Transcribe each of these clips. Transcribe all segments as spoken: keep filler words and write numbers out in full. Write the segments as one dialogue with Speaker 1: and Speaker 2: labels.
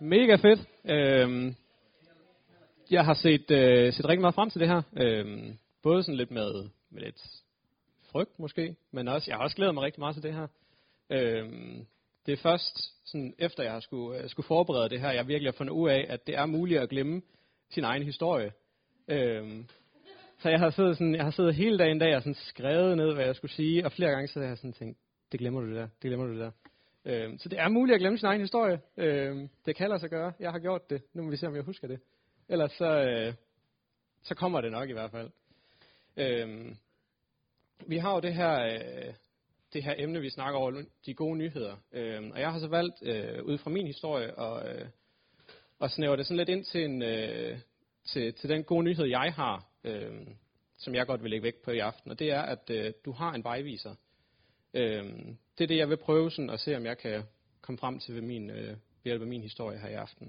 Speaker 1: Mega fedt. Øhm, jeg har set, øh, set rigtig meget frem til det her. Øhm, både sådan lidt med, med lidt frygt måske, men også, jeg har også glædet mig rigtig meget til det her. Øhm, det er først sådan, efter jeg har skulle, uh, skulle forberede det her, jeg virkelig har fundet ud af, at det er muligt at glemme sin egen historie. Øhm, så jeg har siddet sådan, jeg har siddet hele dagen dag og sådan skrevet ned, hvad jeg skulle sige, og flere gange så har jeg sådan tænkt, det glemmer du det der, det glemmer du det der. Øhm, så det er muligt at glemme sin egen historie. Øhm, det kan lade sig gøre. Jeg har gjort det. Nu må vi se, om jeg husker det. Ellers så, øh, så kommer det nok i hvert fald. Øhm, vi har jo det her, øh, det her emne, vi snakker over, de gode nyheder. Øhm, og jeg har så valgt, øh, ud fra min historie, og, øh, og snæver det sådan lidt ind til, en, øh, til, til den gode nyhed, jeg har, øh, som jeg godt vil lægge vægt på i aften. Og det er, at øh, du har en vejviser. Øhm, det er det, jeg vil prøve sådan at se, om jeg kan komme frem til ved, min, øh, ved hjælp af min historie her i aften.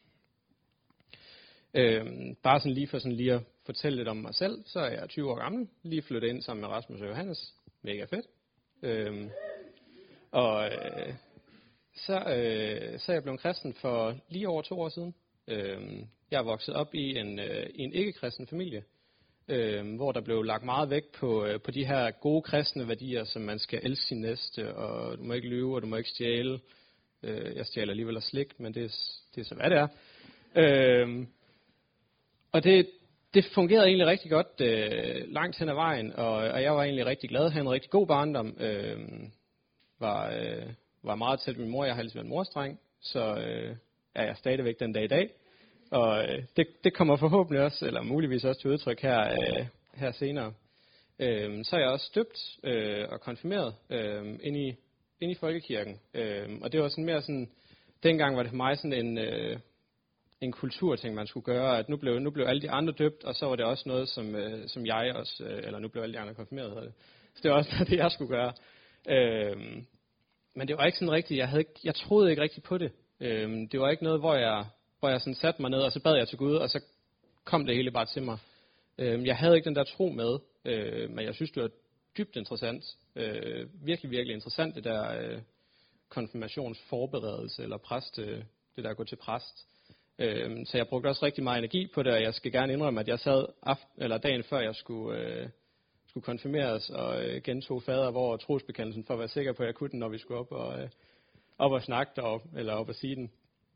Speaker 1: Øhm, bare sådan lige for sådan lige at fortælle lidt om mig selv, så er jeg tyve år gammel, lige flyttet ind sammen med Rasmus og Johannes. Mega fedt. Øhm, og øh, så, øh, så er jeg blevet kristen for lige over to år siden. Øhm, jeg er vokset op i en, øh, i en ikke-kristen familie. Øh, hvor der blev lagt meget vægt på, øh, på de her gode kristne værdier, som man skal elske sin næste, og du må ikke lyve, og du må ikke stjæle. Øh, jeg stjæler alligevel af slik, men det er, det er så, hvad det er. Øh, og det, det fungerede egentlig rigtig godt øh, langt hen ad vejen, og, og jeg var egentlig rigtig glad. Jeg havde en rigtig god barndom. Øh, var, øh, var meget tæt med min mor. Jeg har altid været en morstreng, så øh, er jeg stadigvæk den dag i dag. Og øh, det, det kommer forhåbentlig også, eller muligvis også til udtryk her, øh, her senere. Øh, så er jeg også døbt øh, og konfirmeret øh, ind, i, ind i folkekirken. Øh, og det var sådan mere sådan, dengang var det for mig sådan en, øh, en kulturting, man skulle gøre, at nu blev, nu blev alle de andre døbt, og så var det også noget, som, øh, som jeg også, øh, eller nu blev alle de andre konfirmeret, hedder det. Så det var også noget, det jeg skulle gøre. Øh, men det var ikke sådan rigtigt, jeg, havde ikke, jeg troede ikke rigtigt på det. Øh, det var ikke noget, hvor jeg... hvor jeg sådan satte mig ned, og så bad jeg til Gud, og så kom det hele bare til mig. Øh, jeg havde ikke den der tro med, øh, men jeg synes, det var dybt interessant. Øh, virkelig, virkelig interessant, det der øh, konfirmationsforberedelse, eller præst, øh, det der at gå til præst. Øh, så jeg brugte også rigtig meget energi på det, og jeg skal gerne indrømme, at jeg sad aften, eller dagen før, jeg skulle, øh, skulle konfirmeres, og øh, gentog fader, hvor trosbekendelsen, for at være sikker på, at jeg kunne den, når vi skulle op og, øh, op og snakke derop, eller op og sige den.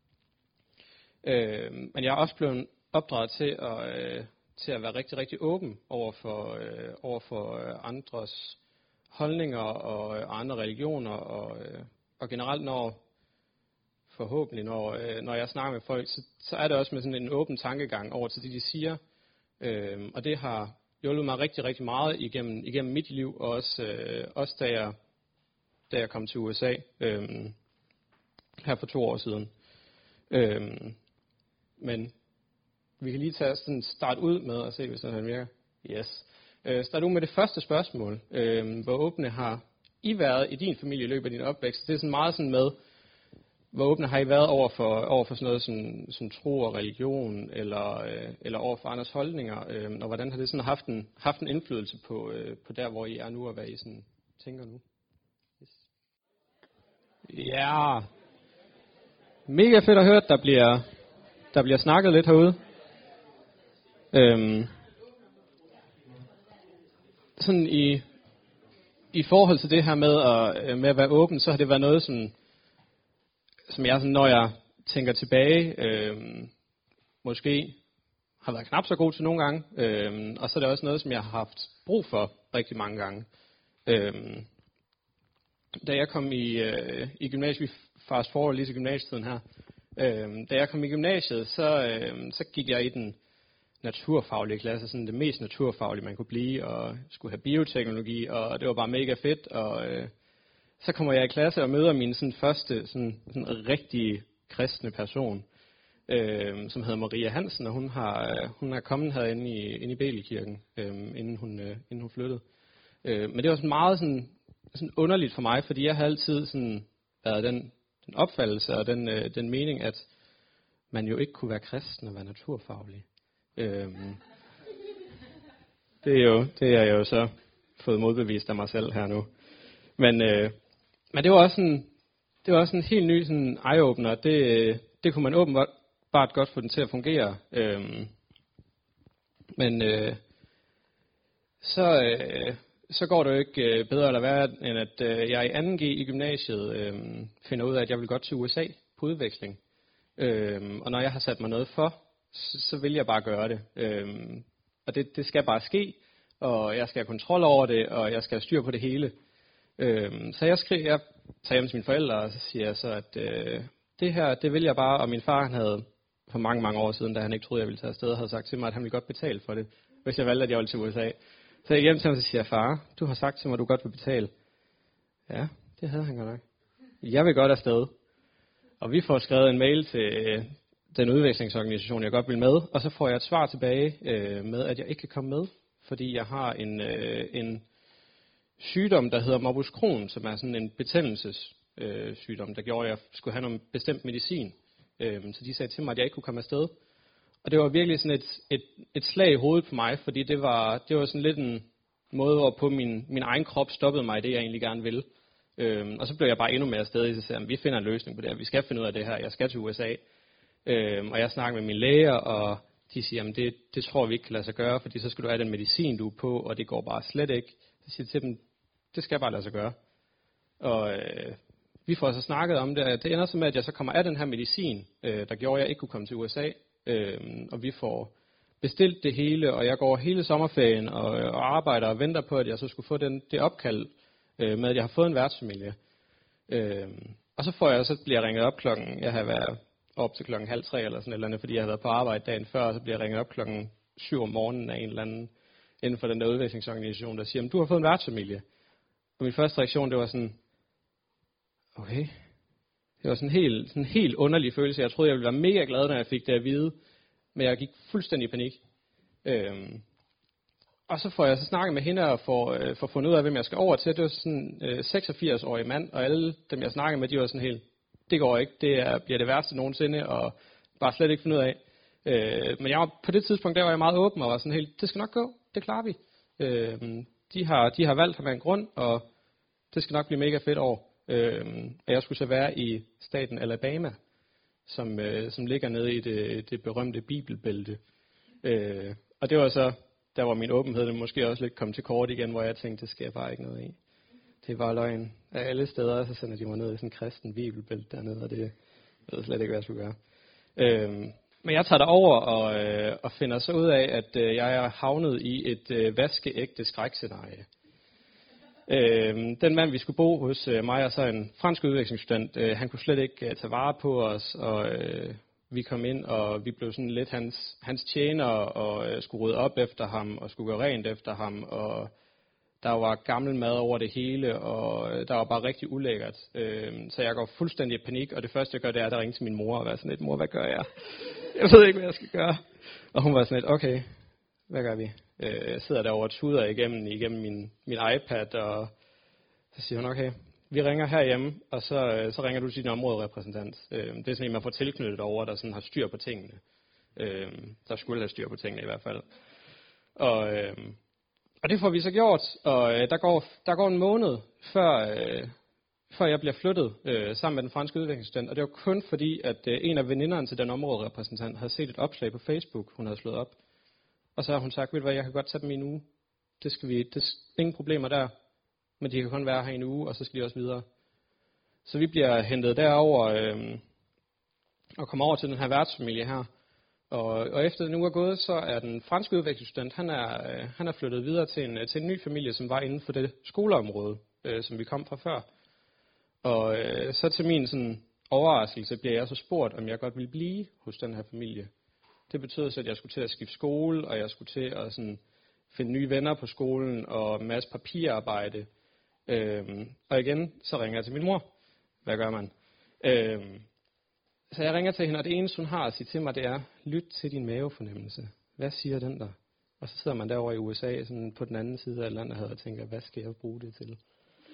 Speaker 1: Øh, men jeg er også blevet opdraget til at, øh, til at være rigtig, rigtig åben over for, øh, over for øh, andres holdninger og øh, andre religioner, og, øh, og generelt når, forhåbentlig, når, øh, når jeg snakker med folk, så, så er det også med sådan en åben tankegang over til det, de siger. Øh, og det har hjulpet mig rigtig, rigtig meget igennem, igennem mit liv, og også, øh, også da, jeg, da jeg kom til U S A øh, her for to år siden. Øh, Men vi kan lige tage sådan start ud med at se, hvis det virker. Yes. Øh, start ud med det første spørgsmål. Øh, hvor åbne har I været i din familie i løbet af din opvækst? Det er sådan meget sådan med, hvor åbne har I været over for, over for sådan noget som, som tro og religion, eller, øh, eller over for andres holdninger? Øh, og hvordan har det sådan haft en, haft en indflydelse på, øh, på der, hvor I er nu, og hvad I sådan tænker nu? Yes. Ja, mega fedt at høre, at der bliver... Der bliver snakket lidt herude. Øhm, sådan i, i forhold til det her med at, med at være åben, så har det været noget, som, som jeg, sådan, når jeg tænker tilbage, øhm, måske har været knap så god til nogle gange. Øhm, og så er det også noget, som jeg har haft brug for rigtig mange gange. Øhm, da jeg kom i, øh, i gymnasiet, vi fast forward lige til gymnasietiden her, Øhm, da jeg kom i gymnasiet, så, øhm, så gik jeg i den naturfaglige klasse, sådan det mest naturfaglige, man kunne blive, og skulle have bioteknologi, og det var bare mega fedt. Og øh, så kommer jeg i klasse og møder min sådan, første sådan, sådan rigtig kristne person, øh, som hedder Maria Hansen, og hun har, hun har kommet herinde i, inde i Bælikirken, øh, inden, hun, øh, inden hun flyttede. Øh, men det var sådan meget sådan, sådan underligt for mig, fordi jeg har altid sådan, været den... den opfattelse og den, øh, den mening, at man jo ikke kunne være kristen og være naturfaglig. Øhm, det, er jo, det er jeg jo så fået modbevist af mig selv her nu. Men, øh, men det var også sådan, det var også en helt ny sådan eye-opener. Det, det kunne man åbenbart godt få den til at fungere. Øhm, men øh, så, øh, så går det jo ikke øh, bedre eller værre, end at øh, jeg i anden G i gymnasiet øh, finder ud af, at jeg vil godt til U S A på udveksling. Øhm, og når jeg har sat mig noget for, så, så vil jeg bare gøre det. Øhm, og det, det skal bare ske, og jeg skal have kontrol over det, og jeg skal have styr på det hele. Øhm, så jeg skriver, jeg tager hjem til mine forældre, og så siger jeg så, at øh, det her, det vil jeg bare. Og min far, han havde for mange, mange år siden, da han ikke troede, jeg ville tage afsted, havde sagt til mig, at han ville godt betale for det, hvis jeg valgte, at jeg ville til U S A. Så jeg hjem til ham, og så siger jeg, far, du har sagt til mig, at du godt vil betale. Ja, det havde han godt nok. Jeg vil godt afsted. Og vi får skrevet en mail til øh, den udvekslingsorganisation, jeg godt vil med, og så får jeg et svar tilbage øh, med, at jeg ikke kan komme med, fordi jeg har en, øh, en sygdom, der hedder morbus Crohn, som er sådan en betændelsessygdom, øh, der gjorde, at jeg skulle have noget bestemt medicin. Øh, så de sagde til mig, at jeg ikke kunne komme afsted. Og det var virkelig sådan et, et, et slag i hovedet på mig, fordi det var, det var sådan lidt en måde, hvorpå min, min egen krop stoppede mig i det, jeg egentlig gerne ville. Øhm, og så blev jeg bare endnu mere stadig, så sagde jeg, vi finder en løsning på det her, vi skal finde ud af det her, jeg skal til U S A. Øhm, og jeg snakker med mine læger, og de siger, jamen det, det tror vi ikke kan lade sig gøre, fordi så skal du have den medicin, du er på, og det går bare slet ikke. Så siger jeg til dem, det skal bare lade sig gøre. Og øh, vi får så snakket om det, det ender så med, at jeg så kommer af den her medicin, øh, der gjorde, at jeg ikke kunne komme til U S A. Øhm, og vi får bestilt det hele, og jeg går hele sommerferien og, og arbejder og venter på, at jeg så skulle få den, det opkald øh, med, at jeg har fået en værtsfamilie. Øhm, og så får jeg, så bliver jeg ringet op klokken, jeg har været op til klokken halv tre eller sådan et eller andet, fordi jeg har været på arbejde dagen før, og så bliver jeg ringet op klokken syv om morgenen af en eller anden inden for den der udvekslingsorganisation, der siger, du har fået en værtsfamilie. Og min første reaktion, det var sådan, okay. Det var sådan en helt, sådan en helt underlig følelse. Jeg troede, jeg ville være mega glad, når jeg fik det at vide. Men jeg gik fuldstændig i panik. Øhm. Og så får jeg så snakket med hende og får, øh, får fundet ud af, hvem jeg skal over til. Det var sådan en øh, seksogfirs-årig mand, og alle dem, jeg snakkede med, de var sådan helt, det går ikke. Det er, bliver det værste nogensinde, og bare slet ikke finde ud af. Øh, men jeg var, på det tidspunkt, der var jeg meget åben og var sådan helt, det skal nok gå, det klarer vi. Øh, de, har, de har valgt ham af en grund, og det skal nok blive mega fedt år. Øhm, og jeg skulle så være i staten Alabama, som, øh, som ligger nede i det, det berømte bibelbælte. Øh, og det var så, der var min åbenhed, det måske også lidt kom til kort igen, hvor jeg tænkte, det skal jeg bare ikke noget i. Det var løgn. Af alle steder, så sender de mig ned i sådan en kristen bibelbælte dernede, og det ved jeg slet ikke, hvad jeg skulle gøre. Øhm, men jeg tager derover og, øh, og finder så ud af, at øh, jeg er havnet i et øh, vaskeægte skrækscenarie. Øh, den mand, vi skulle bo hos, øh, mig og så en fransk udvekslingsstudent, øh, han kunne slet ikke øh, tage vare på os, og øh, vi kom ind, og vi blev sådan lidt hans, hans tjenere, og øh, skulle rydde op efter ham, og skulle gøre rent efter ham, og der var gammel mad over det hele, og øh, der var bare rigtig ulækkert. Øh, så jeg går fuldstændig i panik, og det første, jeg gør, det er, at jeg ringer til min mor, og være sådan lidt, mor, hvad gør jeg? Jeg ved ikke, hvad jeg skal gøre. Og hun var sådan lidt, okay, hvad gør vi? Jeg sidder derovre og tuder igennem, igennem min, min iPad, og så siger hun, okay, vi ringer herhjemme, og så, så ringer du til din områderepræsentant. Det er sådan en, man får tilknyttet over, der sådan har styr på tingene. Der skulle have styr på tingene i hvert fald. Og, og det får vi så gjort, og der går, der går en måned, før, før jeg bliver flyttet sammen med den franske udviklingsstudent, og det var kun fordi, at en af veninderne til den områderepræsentant havde set et opslag på Facebook, hun havde slået op. Og så har hun sagt, ved du hvad, jeg kan godt tage dem i en uge. Det skal vi, det er ingen problemer der. Men de kan kun være her i en uge, og så skal de også videre. Så vi bliver hentet derover øh, og kommer over til den her værtsfamilie her. Og, og efter den uge er gået, så er den franske udvekslingsstudent, han er, øh, han er flyttet videre til en, til en ny familie, som var inden for det skoleområde, øh, som vi kom fra før. Og øh, så til min sådan, overraskelse bliver jeg så spurgt, om jeg godt vil blive hos den her familie. Det betød så, at jeg skulle til at skifte skole, og jeg skulle til at sådan, finde nye venner på skolen, og en masse papirarbejde. Øhm, og igen, så ringer jeg til min mor. Hvad gør man? Øhm, så jeg ringer til hende, og det eneste, hun har at sige til mig, det er, lyt til din mavefornemmelse. Hvad siger den der? Og så sidder man derovre i U S A, sådan på den anden side af landet, og tænker, hvad skal jeg bruge det til?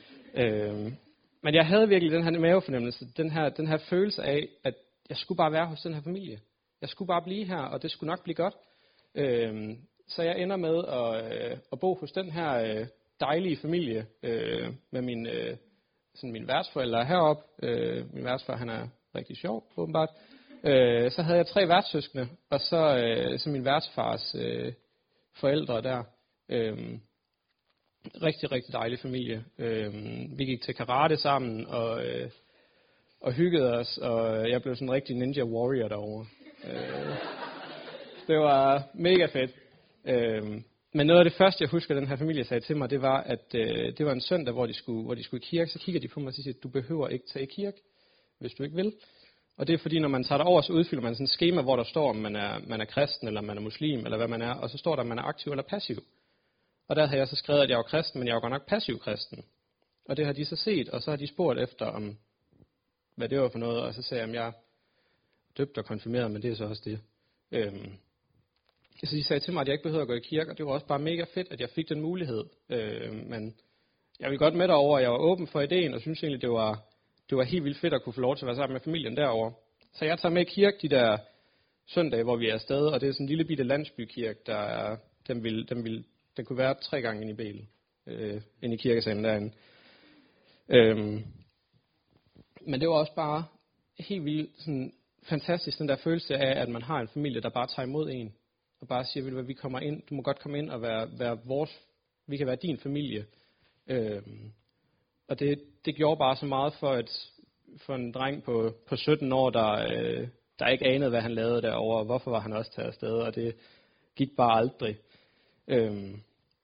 Speaker 1: Øhm, men jeg havde virkelig den her mavefornemmelse, den her, den her følelse af, at jeg skulle bare være hos den her familie. Jeg skulle bare blive her, og det skulle nok blive godt. Øhm, så jeg ender med at, øh, at bo hos den her øh, dejlige familie øh, med min øh, sådan mine værtsforældre heroppe. Øh, min værtsfar, han er rigtig sjov, åbenbart. Øh, så havde jeg tre værtssøskende, og så, øh, så min værtsfars øh, forældre der. Øh, rigtig, rigtig dejlig familie. Øh, vi gik til karate sammen, og, øh, og hyggede os, og jeg blev sådan en rigtig ninja warrior derovre. Øh, det var mega fedt. Øh, men noget af det første, jeg husker, den her familie sagde til mig, det var, at øh, det var en søndag, hvor de, skulle, hvor de skulle i kirke. Så kigger de på mig og siger, du behøver ikke tage i kirke, hvis du ikke vil. Og det er fordi, når man tager derover, så udfylder man sådan et skema, hvor der står, om man er, man er kristen, eller man er muslim, eller hvad man er. Og så står der, om man er aktiv eller passiv. Og der havde jeg så skrevet, at jeg var kristen, men jeg var godt nok passiv kristen. Og det har de så set, og så har de spurgt efter, om hvad det var for noget. Og så sagde jeg, at jeg er døbt og konfirmeret, men det er så også det. Øhm. Så de sagde til mig, at jeg ikke behøvede at gå i kirke, og det var også bare mega fedt, at jeg fik den mulighed. Øh, men jeg ville godt med derover, og jeg var åben for ideen, og synes egentlig, det var, det var helt vildt fedt at kunne få lov til at være sammen med familien derover. Så jeg tager med i kirke de der søndage, hvor vi er afsted, og det er sådan en lille bitte landsbykirke, der er, den, vil, den, vil, den kunne være tre gange inde i Bælen, øh, inde i kirkesalen derinde. Øh, men det var også bare helt vildt sådan, fantastisk, den der følelse af, at man har en familie, der bare tager imod en. Og bare siger, ved du, vi kommer ind, du må godt komme ind og være, være vores, vi kan være din familie. Øhm, og det, det gjorde bare så meget for, et, for en dreng på, på sytten år, der, øh, der ikke anede, hvad han lavede derovre, og hvorfor var han også taget afsted, og det gik bare aldrig. Øhm,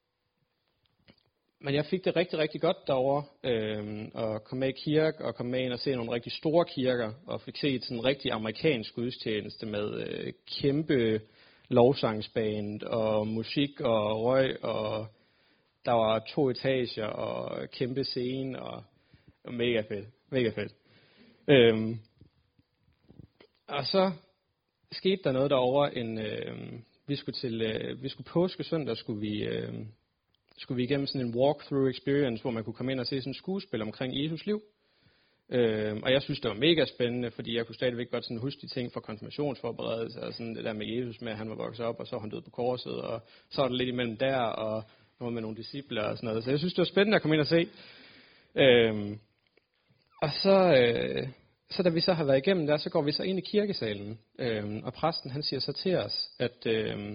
Speaker 1: men jeg fik det rigtig, rigtig godt derovre, øhm, og kom med i kirke, og kom med ind og se nogle rigtig store kirker, og fik set sådan en rigtig amerikansk gudstjeneste med øh, kæmpe lovsangsband og musik og røg, og der var to etager og kæmpe scene, og, og mega fedt, mega fedt. Øhm, og så skete der noget derovre, en, øh, vi skulle til, øh, vi skulle påske søndag, skulle vi, øh, skulle vi igennem sådan en walkthrough experience, hvor man kunne komme ind og se sådan et skuespil omkring Jesus liv. Øh, og jeg synes, det var mega spændende, fordi jeg kunne stadigvæk godt sådan huske de ting fra konfirmationsforberedelse, og sådan det der med Jesus med, at han var vokset op, og så var han død på korset, og så var der lidt imellem der, og noget med nogle discipler og sådan noget. Så jeg synes, det var spændende at komme ind og se. Øh, og så, øh, så da vi så har været igennem der, så går vi så ind i kirkesalen, øh, og præsten han siger så til os, at, øh,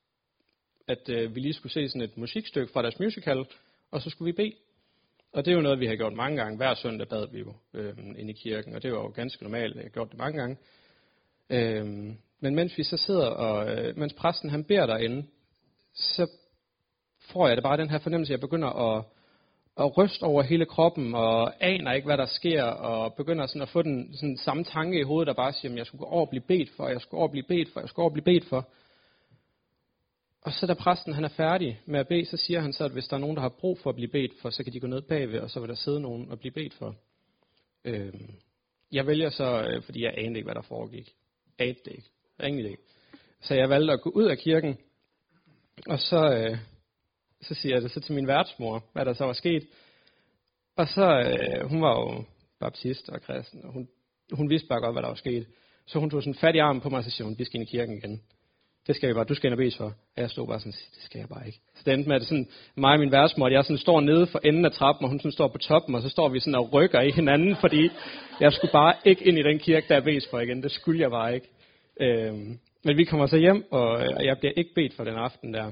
Speaker 1: at øh, vi lige skulle se sådan et musikstykke fra deres musical, og så skulle vi bede. Og det er jo noget, vi har gjort mange gange. Hver søndag bad vi jo øh, inde i kirken, og det var jo ganske normalt. Jeg har gjort det mange gange. Øh, men mens vi så sidder, og øh, mens præsten han beder derinde, så får jeg det bare den her fornemmelse, at jeg begynder at, at ryste over hele kroppen, og aner ikke, hvad der sker, og begynder sådan at få den sådan samme tanke i hovedet, der bare siger, at jeg skulle gå over og blive bedt for, jeg skulle over og blive bedt for, jeg skulle over og blive bedt for. Og så da præsten han er færdig med at bede, så siger han så, at hvis der er nogen, der har brug for at blive bedt for, så kan de gå ned bagved, og så vil der sidde nogen og blive bedt for. Øhm, jeg vælger så, øh, fordi jeg anede ikke, hvad der foregik. Anede det ikke. Ingen idé. Så jeg valgte at gå ud af kirken, og så, øh, så siger jeg det så til min værtsmor, hvad der så var sket. Og så, øh, hun var jo baptist og kristen, og hun, hun vidste bare godt, hvad der var sket. Så hun tog sådan fat i armen på mig, og så siger hun, vi skal ind i kirken igen. Det skal jeg bare, du skal ind og bedes for. Og jeg stod bare sådan, det skal jeg bare ikke. Så det endte med, at det sådan, mig og min værtsmor, jeg sådan står nede for enden af trappen, og hun sådan står på toppen, og så står vi sådan og rykker i hinanden, fordi jeg skulle bare ikke ind i den kirke, der er bedes for igen. Det skulle jeg bare ikke. Øhm, men vi kommer så hjem, og jeg bliver ikke bedt for den aften der.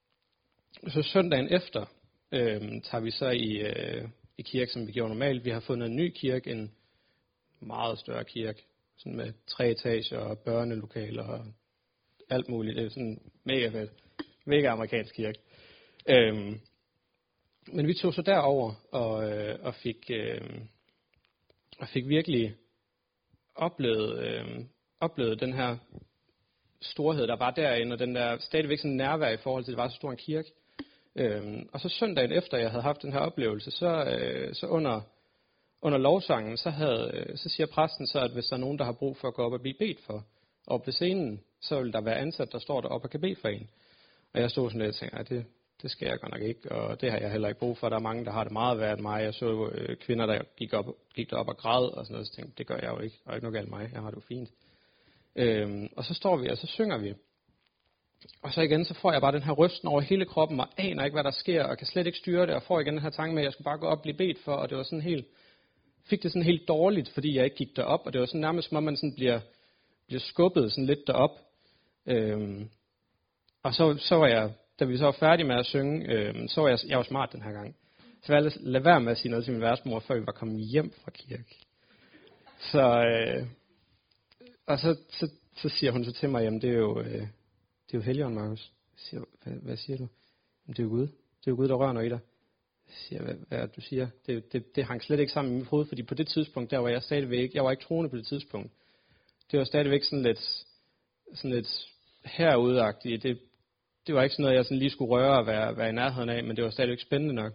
Speaker 1: Så søndagen efter øhm, tager vi så i, øh, i kirke, som vi gjorde normalt. Vi har fundet en ny kirke, en meget større kirke, sådan med tre etager og børnelokaler og alt muligt. Det er sådan mega fedt. Mega amerikansk kirke. Øhm, men vi tog så derover og, øh, og, fik, øh, og fik virkelig oplevet, øh, oplevet den her storhed, der var derinde, og den der stadigvæk sådan nærvær i forhold til, at det var så stor en kirke. Øhm, og så søndagen efter, jeg havde haft den her oplevelse, så, øh, så under, under lovsangen, så, havde, så siger præsten så, at hvis der er nogen, der har brug for at gå op og blive bedt for, og på scenen, så vil der være ansat, der står deroppe og kan bede for en. Og jeg stod sådan lidt og tænkte, det, det skal jeg godt nok ikke, og det har jeg heller ikke brug for. Der er mange, der har det meget værd end mig. Jeg så øh, kvinder, der gik, op, gik derop og græd og sådan noget, så tænkte det gør jeg jo ikke. Og ikke noget galt mig, jeg har det jo fint. Øhm, og så står vi, og så synger vi. Og så igen, så får jeg bare den her rysten over hele kroppen, og aner ikke, hvad der sker, og kan slet ikke styre det, og får igen den her tanke med, at jeg skulle bare gå op og blive bedt for, og det var sådan helt fik det sådan helt dårligt, fordi jeg ikke gik derop, og det var sådan nærmest som om man sådan bliver, bliver skubbet sådan lidt derop. Øhm, og så, så var jeg, da vi så var færdige med at synge, øhm, så var jeg, jeg var smart den her gang. Så jeg lade være med at sige noget til min værtsmor, før vi var kommet hjem fra kirke. Så, øh, og så, så, så siger hun så til mig, jamen det er jo, øh, det er jo Helligånden, Markus. Jeg siger, hvad, hvad siger du? Jamen, det er jo Gud. Det er jo Gud, der rører noget i dig. Jeg siger, hvad, hvad er det, du siger? Det, det, det hang slet ikke sammen i mit hoved, fordi på det tidspunkt, der var jeg stadigvæk, jeg var ikke troende på det tidspunkt. Det var stadigvæk sådan lidt, sådan lidt herudagtigt. Det, det var ikke sådan noget, jeg sådan lige skulle røre og være, være i nærheden af, men det var stadigvæk spændende nok.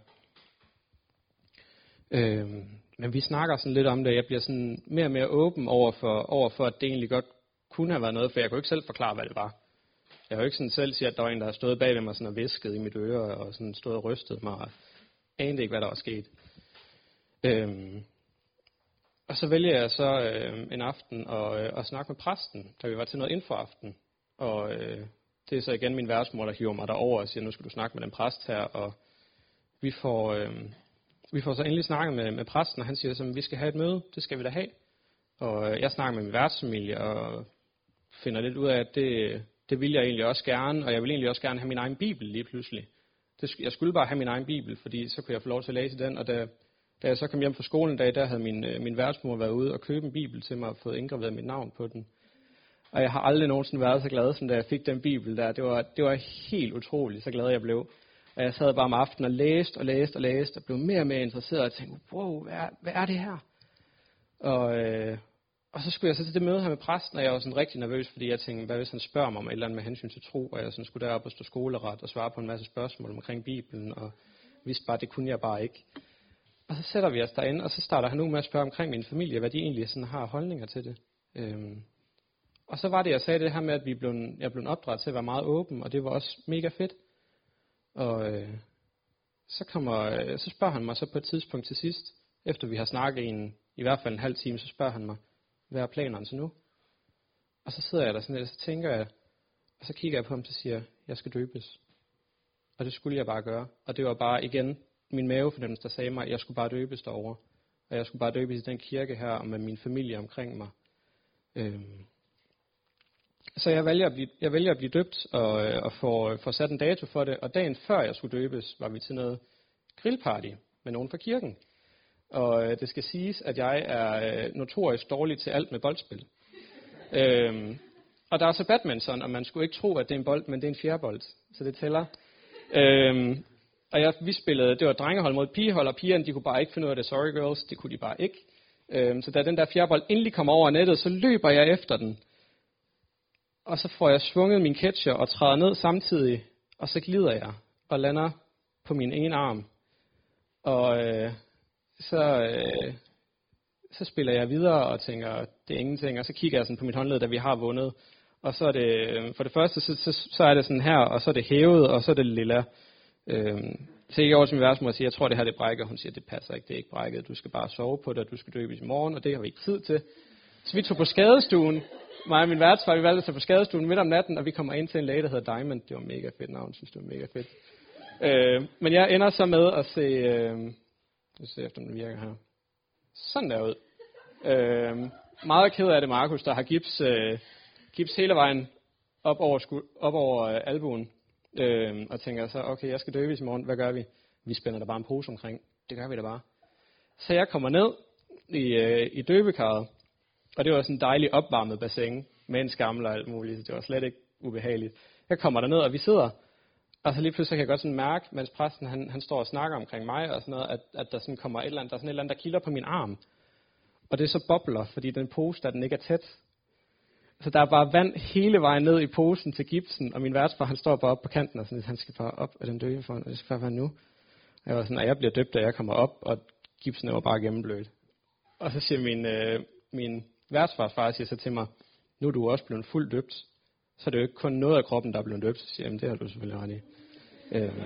Speaker 1: Øhm, men vi snakker sådan lidt om det, jeg bliver sådan mere og mere åben over for, over for, at det egentlig godt kunne have været noget, for jeg kunne ikke selv forklare, hvad det var. Jeg har jo ikke sådan selv sige, at der var en, der har stået bag ved mig sådan og visket i mit øre, og sådan stået og rystet mig, og anede ikke, hvad der var sket. Øhm, og så vælger jeg så øh, en aften at, øh, at snakke med præsten, da vi var til noget infoaften. Og øh, det er så igen min værtsmor, der hiver mig derover og siger, nu skal du snakke med den præst her, og vi får... Øh, Vi får så endelig snakket med, med præsten, og han siger, at vi skal have et møde. Det skal vi da have. Og jeg snakker med min værtsfamilie, og finder lidt ud af, at det, det vil jeg egentlig også gerne. Og jeg vil egentlig også gerne have min egen bibel lige pludselig. Det, jeg skulle bare have min egen bibel, fordi så kunne jeg få lov til at læse den. Og da, da jeg så kom hjem fra skolen en dag, der havde min, min værtsmor været ude og købe en bibel til mig og fået indgraveret mit navn på den. Og jeg har aldrig nogensinde været så glad, som da jeg fik den bibel der. Det var, det var helt utroligt, så glad jeg blev. Og jeg sad bare om aftenen og læste og læste og læste, og blev mere og mere interesseret, og tænkte, wow, hvad er, hvad er det her? Og, øh, og så skulle jeg så til det møde her med præsten, og jeg var sådan rigtig nervøs, fordi jeg tænkte, hvad hvis han spørger mig om et eller andet med hensyn til tro, og jeg sådan skulle derop og stå skoleret og svare på en masse spørgsmål omkring Bibelen, og vidste bare, det kunne jeg bare ikke. Og så sætter vi os derinde, og så starter han nu med at spørge omkring min familie, hvad de egentlig sådan har holdninger til det. Øhm, og så var det, jeg sagde det her med, at vi blev, jeg blev opdraget til at være meget åben, og det var også mega fedt. Og øh, så, kommer, øh, så spørger han mig så på et tidspunkt til sidst, efter vi har snakket i, en, i hvert fald en halv time, så spørger han mig, hvad er planerne så nu? Og så sidder jeg der sådan lidt, og så tænker jeg, og så kigger jeg på ham, og siger, jeg skal døbes. Og det skulle jeg bare gøre. Og det var bare igen min mavefornemmelse, der sagde mig, at jeg skulle bare døbes derovre. Og jeg skulle bare døbes i den kirke her, og med min familie omkring mig. Øhm. Så jeg vælger at blive, jeg vælger at blive døbt, og, og få, få sat en dato for det. Og dagen før jeg skulle døbes, var vi til noget grillparty med nogen fra kirken. Og det skal siges, at jeg er notorisk dårlig til alt med boldspil. øhm. Og der er så badminton, og man skulle ikke tro, at det er en bold, men det er en fjerbold. Så det tæller. Øhm, og jeg, vi spillede, det var drengehold mod pigehold, og pigerne, de kunne bare ikke finde ud af det. Sorry girls, det kunne de bare ikke. Øhm, så da den der fjerbold endelig kommer over nettet, så løber jeg efter den. Og så får jeg svunget min catcher og træder ned samtidig, og så glider jeg og lander på min ene arm. Og øh, så, øh, så spiller jeg videre og tænker, det er ingenting. Og så kigger jeg sådan på mit håndled, da vi har vundet. Og så er det, for det første, så, så, så er det sådan her, og så er det hævet, og så er det lilla. Øhm, så jeg over til min værtsmor og siger, jeg tror det her det brækker. Hun siger, det passer ikke, det er ikke brækket. Du skal bare sove på det, og du skal døbes i morgen, og det har vi ikke tid til. Så vi tog på skadestuen. Mig og min værtsfar, vi valgte at tage på skadestuen midt om natten, og vi kommer ind til en læge, der hedder Diamond. Det var mega fedt navn, synes det var mega fedt. Øh, men jeg ender så med at se, øh, jeg ser efter, om den virker her. Sådan der ud. Øh, meget ked af det, Markus, der har gips, øh, gips hele vejen op over, sku- op over øh, albuen. Øh, og tænker så, okay, jeg skal døbes i morgen, hvad gør vi? Vi spænder der bare en pose omkring. Det gør vi da bare. Så jeg kommer ned i, øh, i døbekarret. Og det var sådan en dejlig opvarmet bassin med en skammel og alt muligt. Så det var slet ikke ubehageligt. Jeg kommer derned, og vi sidder. Og så lige pludselig kan jeg godt sådan mærke, mens præsten han, han står og snakker omkring mig, og sådan noget, at, at der sådan kommer et eller andet, der er sådan et eller andet, der kilder på min arm. Og det er så bobler, fordi den pose, der den ikke er tæt. Så der er bare vand hele vejen ned i posen til gipsen, og min værtsfar, han står bare op på kanten, og sådan, han skal bare op af den døbe for, og det skal bare være nu. Og jeg var sådan, at jeg bliver døbt, da jeg kommer op, og gipsen er jo bare gennemblødt. Og så siger min, øh, min værtsfars far siger så til mig, nu er du også blevet fuldt døbt, så er det jo ikke kun noget af kroppen, der er blevet døbt. Så siger jeg, det har du selvfølgelig ret i. Øh.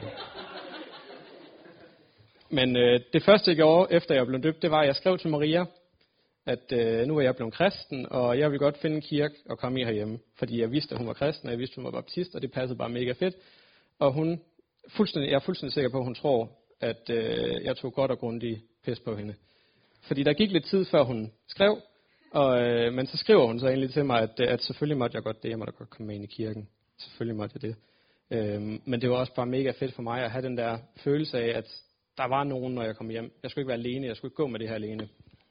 Speaker 1: Men øh, det første, jeg gjorde, efter jeg blev døbt, det var, at jeg skrev til Maria, at øh, nu er jeg blevet kristen, og jeg vil godt finde en kirke og komme i herhjemme. Fordi jeg vidste, at hun var kristen, og jeg vidste, at hun var baptist, og det passede bare mega fedt. Og hun, fuldstændig, jeg er fuldstændig sikker på, at hun tror, at øh, jeg tog godt og grundigt pis på hende. Fordi der gik lidt tid, før hun skrev, og, øh, men så skriver hun så egentlig til mig, at, at selvfølgelig måtte jeg godt det, jeg måtte godt komme med ind i kirken. Selvfølgelig måtte jeg det. Øhm, men det var også bare mega fedt for mig at have den der følelse af, at der var nogen, når jeg kom hjem. Jeg skulle ikke være alene, jeg skulle ikke gå med det her alene.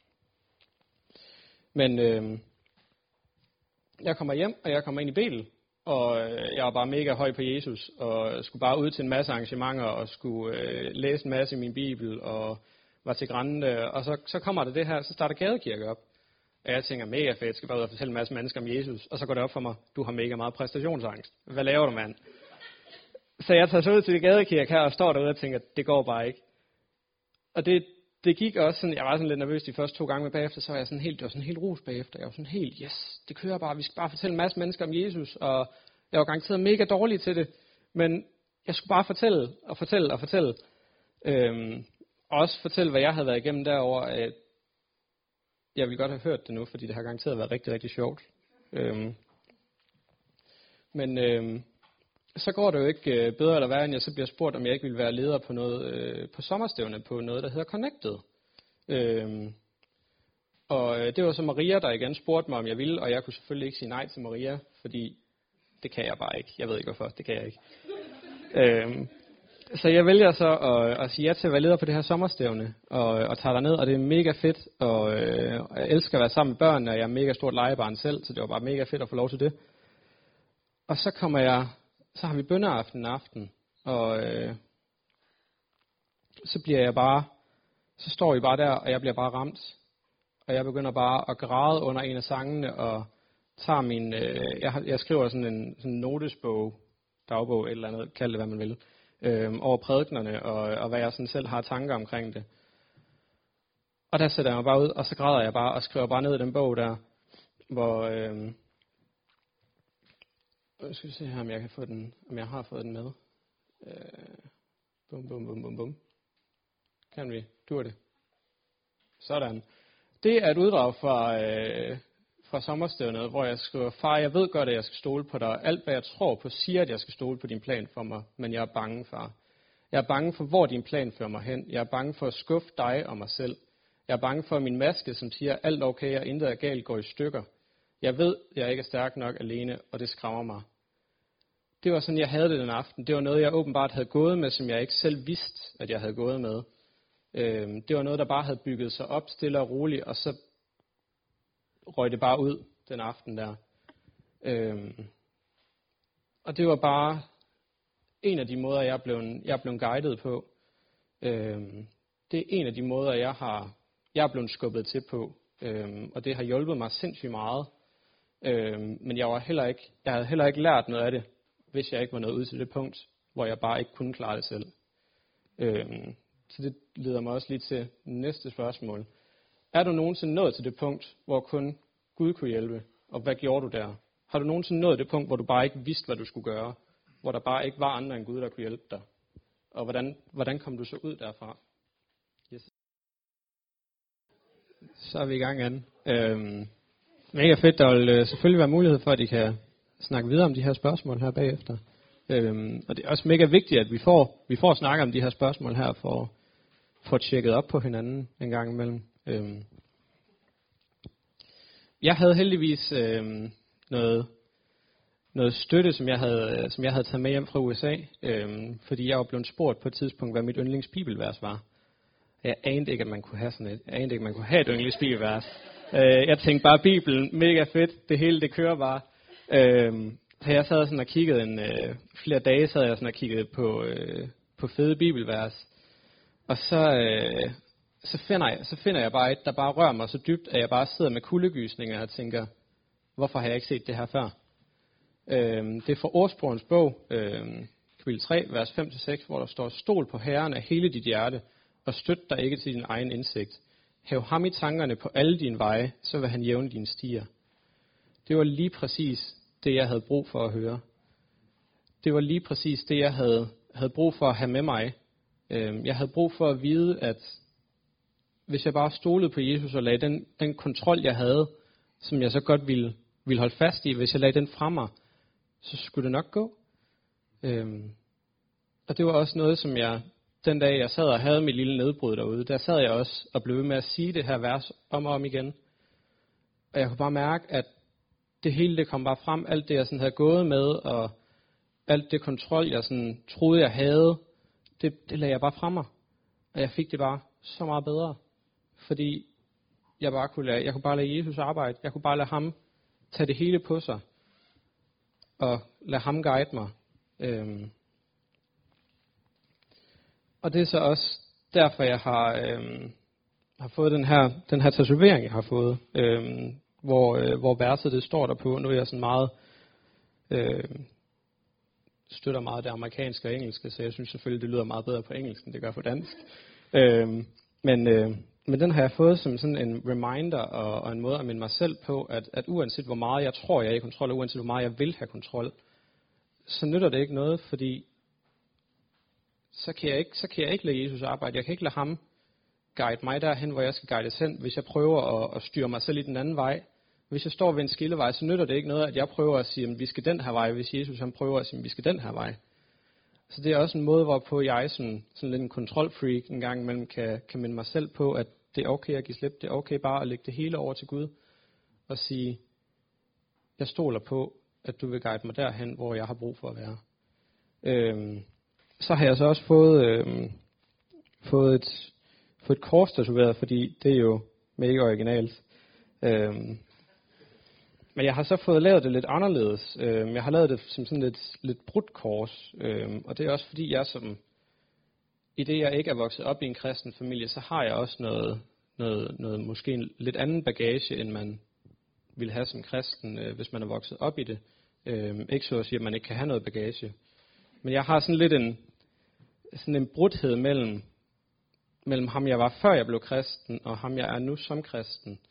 Speaker 1: Men øhm, jeg kommer hjem, og jeg kommer ind i bilen, og jeg var bare mega høj på Jesus, og skulle bare ud til en masse arrangementer, og skulle øh, læse en masse i min bibel, og var til Grande, og så, så kommer det det her, så starter Gadekirke op. Og jeg tænker, mega fedt, skal bare ud og fortælle en masse mennesker om Jesus, og så går det op for mig, du har mega meget præstationsangst. Hvad laver du, mand? Så jeg tager så ud til det Gadekirke her, og står derude og tænker, det går bare ikke. Og det, det gik også sådan, jeg var sådan lidt nervøs de første to gange, men bagefter, så var jeg sådan helt, det var sådan helt rus bagefter. Jeg var sådan helt, yes, det kører bare, vi skal bare fortælle en masse mennesker om Jesus, og jeg var garanteret mega dårlig til det, men jeg skulle bare fortælle, og fortælle, og fortælle. Øhm, og også fortælle, hvad jeg havde været igennem derovre, at jeg ville godt have hørt det nu, fordi det har garanteret været rigtig, rigtig sjovt. Øhm, men øhm, så går det jo ikke øh, bedre eller værre, end jeg så bliver spurgt, om jeg ikke vil være leder på noget øh, på sommerstævne på noget, der hedder Connected. Øhm, og øh, det var så Maria, der igen spurgte mig, om jeg ville, og jeg kunne selvfølgelig ikke sige nej til Maria, fordi det kan jeg bare ikke. Jeg ved ikke hvorfor, det kan jeg ikke. øhm, så jeg vælger så at, at sige ja til at være leder på det her sommerstævne, og, og tager derned, og det er mega fedt, og, øh, og jeg elsker at være sammen med børnene, og jeg er mega stort legebarn selv, så det var bare mega fedt at få lov til det. Og så kommer jeg, så har vi bønneaften aften, og øh, så bliver jeg bare, så står vi bare der, og jeg bliver bare ramt, og jeg begynder bare at græde under en af sangene, og tager min, øh, jeg, jeg skriver sådan en sådan en notesbog, dagbog, et eller andet, kald det hvad man vil, øh, over prædikenerne, og, og hvad jeg sådan selv har tanker omkring det. Og der sætter jeg mig bare ud, og så græder jeg bare, og skriver bare ned i den bog der, hvor, øh, jeg skal se her, om jeg kan få den, om jeg har fået den med. Øh, bum, bum, bum, bum, bum. Kan vi? Dur det? Sådan. Det er et uddrag fra, øh, fra sommerstævnet, hvor jeg skriver, far, jeg ved godt, at jeg skal stole på dig. Alt, hvad jeg tror på, siger, at jeg skal stole på din plan for mig, men jeg er bange, far. Jeg er bange for, hvor din plan fører mig hen. Jeg er bange for at skuffe dig og mig selv. Jeg er bange for, at min maske, som siger, alt okay og intet er galt, går i stykker. Jeg ved, at jeg ikke er stærk nok alene, og det skræmmer mig. Det var sådan, jeg havde det den aften. Det var noget, jeg åbenbart havde gået med, som jeg ikke selv vidste, at jeg havde gået med. Øhm, det var noget, der bare havde bygget sig op stille og roligt, og så røg det bare ud den aften der. Øhm, og det var bare en af de måder, jeg blev, jeg er blevet guidet på. Øhm, det er en af de måder, jeg har jeg er blevet skubbet til på, øhm, og det har hjulpet mig sindssygt meget. Øhm, men jeg var heller ikke, jeg havde heller ikke lært noget af det, hvis jeg ikke var nået ud til det punkt, hvor jeg bare ikke kunne klare det selv. Øhm, så det leder mig også lige til næste spørgsmål. Er du nogensinde nået til det punkt, hvor kun Gud kunne hjælpe? Og hvad gjorde du der? Har du nogensinde nået det punkt, hvor du bare ikke vidste, hvad du skulle gøre? Hvor der bare ikke var andre end Gud, der kunne hjælpe dig? Og hvordan, hvordan kom du så ud derfra? Yes. Så er vi i gang igen. Øhm, mega fedt. Der vil øh, selvfølgelig være mulighed for, at I kan snakke videre om de her spørgsmål her bagefter. Øhm, og det er også mega vigtigt, at vi får, vi får snakket om de her spørgsmål her, for at få tjekket op på hinanden en gang imellem. Øhm. Jeg havde heldigvis øhm, noget, noget støtte, som jeg, havde, som jeg havde taget med hjem fra U S A, øhm, fordi jeg var blevet spurgt på et tidspunkt, hvad mit yndlingsbibelvers var. Jeg anede ikke, at man kunne have sådan et. Jeg anede ikke, at man kunne have et yndlingsbibelvers. Øh, jeg tænkte bare, Bibelen, mega fedt, det hele det kører bare. Øhm, så jeg sad sådan og kiggede en, øh, flere dage sad jeg sådan og kiggede på, øh, på fede bibelvers. Og så, øh, så, finder jeg, så finder jeg bare et, der bare rører mig så dybt, at jeg bare sidder med kuldegysninger og tænker, hvorfor har jeg ikke set det her før? Øhm, det er fra Ordsprogens bog, øhm, kapitel tre, vers fem til seks, hvor der står, stol på Herren af hele dit hjerte, og støt dig ikke til din egen indsigt. Hæv ham i tankerne på alle dine veje, så vil han jævne dine stier. Det var lige præcis det, jeg havde brug for at høre. Det var lige præcis det, jeg havde, havde brug for at have med mig. Jeg havde brug for at vide, at hvis jeg bare stolede på Jesus og lagde den, den kontrol, jeg havde, som jeg så godt ville, ville holde fast i, hvis jeg lagde den fra mig, så skulle det nok gå. Og det var også noget, som jeg, den dag, jeg sad og havde mit lille nedbrud derude, der sad jeg også og blev ved med at sige det her vers om og om igen. Og jeg kunne bare mærke, at det hele det kom bare frem, alt det jeg sådan havde gået med, og alt det kontrol, jeg sådan troede, jeg havde, det, det lagde jeg bare fra mig. Og jeg fik det bare så meget bedre. Fordi jeg bare kunne lade, jeg kunne bare lade Jesus arbejde. Jeg kunne bare lade ham tage det hele på sig. Og lade ham guide mig. Øhm. Og det er så også derfor, jeg har, øhm, har fået den her, den her tatovering, jeg har fået. Øhm, hvor, øh, hvor verset det står der på. Nu er jeg sådan meget... Øh, støtter meget det amerikanske og engelske, så jeg synes selvfølgelig, det lyder meget bedre på engelsk, end det gør på dansk. Øhm, men, øh, men den har jeg fået som sådan en reminder og, og en måde at minde mig selv på, at, at uanset hvor meget jeg tror, jeg er i kontrol, og uanset hvor meget jeg vil have kontrol, så nytter det ikke noget, fordi så kan jeg ikke, så kan jeg ikke lade Jesus arbejde. Jeg kan ikke lade ham guide mig derhen, hvor jeg skal guides hen, hvis jeg prøver at, at styre mig selv i den anden vej. Hvis jeg står ved en skillevej, så nytter det ikke noget, at jeg prøver at sige, at vi skal den her vej, hvis Jesus han prøver at sige, at vi skal den her vej. Så det er også en måde, hvorpå jeg sådan, sådan lidt en kontrolfreak en gang imellem kan, kan minde mig selv på, at det er okay at give slip. Det er okay bare at lægge det hele over til Gud og sige, jeg stoler på, at du vil guide mig derhen, hvor jeg har brug for at være. Øhm, så har jeg så også fået, øhm, fået, et, fået et kors tatoveret, fordi det er jo mega originalt. Øhm, Men jeg har så fået lavet det lidt anderledes. Jeg har lavet det som sådan lidt, lidt brudt kors. Og det er også fordi, jeg som, i det jeg ikke er vokset op i en kristen familie, så har jeg også noget, noget, noget måske en lidt anden bagage, end man ville have som kristen, hvis man er vokset op i det. Ikke så at sige, at man ikke kan have noget bagage. Men jeg har sådan lidt en, sådan en brudhed mellem, mellem ham, jeg var før jeg blev kristen, og ham, jeg er nu som kristen.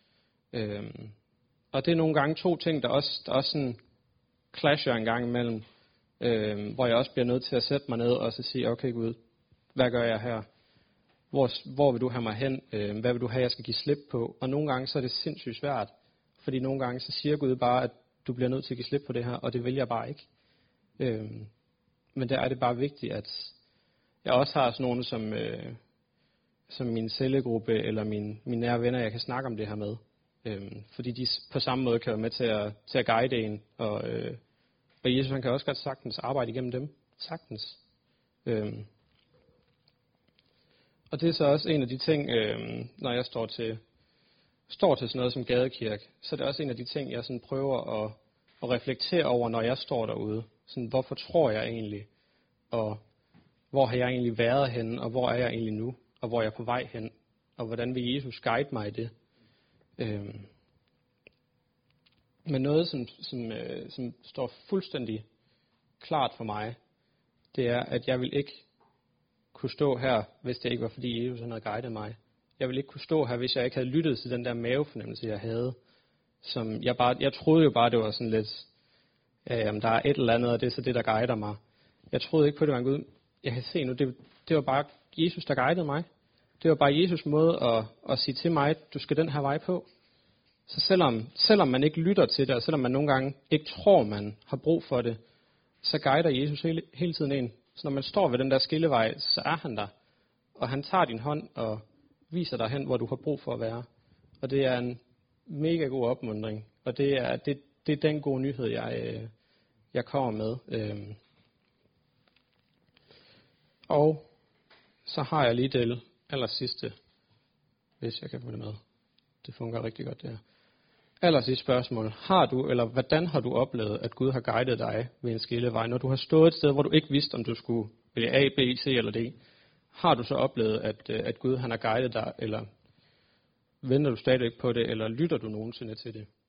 Speaker 1: Og det er nogle gange to ting, der også, der også sådan clasher en gang imellem, øh, hvor jeg også bliver nødt til at sætte mig ned og så sige, okay Gud, hvad gør jeg her? Hvor, hvor vil du have mig hen? Øh, hvad vil du have, jeg skal give slip på? Og nogle gange så er det sindssygt svært, fordi nogle gange så siger Gud bare, at du bliver nødt til at give slip på det her, og det vil jeg bare ikke. Øh, men der er det bare vigtigt, at jeg også har sådan nogen som, øh, som min cellegruppe eller mine, mine nære venner, jeg kan snakke om det her med. Øhm, fordi de på samme måde kan være med til at, til at guide en. Og, øh, og Jesus han kan også godt sagtens arbejde igennem dem. Sagtens. Øhm. Og det er så også en af de ting, øh, når jeg står til, står til sådan noget som gadekirke, så er det også en af de ting, jeg sådan prøver at, at reflektere over, når jeg står derude. Sådan, hvorfor tror jeg egentlig? Og hvor har jeg egentlig været henne? Og hvor er jeg egentlig nu? Og hvor er jeg på vej hen? Og hvordan vil Jesus guide mig i det? Øhm. Men noget, som, som, øh, som står fuldstændig klart for mig, det er, at jeg vil ikke kunne stå her, hvis det ikke var fordi Jesus han havde guidet mig. Jeg vil ikke kunne stå her, hvis jeg ikke havde lyttet til den der mavefornemmelse, jeg havde. Som jeg, bare, jeg troede jo bare, det var sådan lidt, ja, jamen, der er et eller andet, og det er så det, der guider mig. Jeg troede ikke på, det var en Gud. Jeg kan se nu, det, det var bare Jesus, der guidede mig. Det var bare Jesus måde at, at sige til mig, du skal den her vej på. Så selvom, selvom man ikke lytter til det, og selvom man nogle gange ikke tror, man har brug for det, så guider Jesus hele, hele tiden en. Så når man står ved den der skillevej, så er han der. Og han tager din hånd og viser dig hen, hvor du har brug for at være. Og det er en mega god opmuntring. Og det er, det, det er den gode nyhed, jeg, jeg kommer med. Og så har jeg lige det aller sidste, hvis jeg kan få det med. Det fungerer rigtig godt, det her. Aller sidste spørgsmål. Har du, eller hvordan har du oplevet, at Gud har guidet dig ved en skillevej? Når du har stået et sted, hvor du ikke vidste, om du skulle vælge A, B, C eller D, har du så oplevet, at, at Gud han har guidet dig, eller venter du stadigvæk på det, eller lytter du nogensinde til det?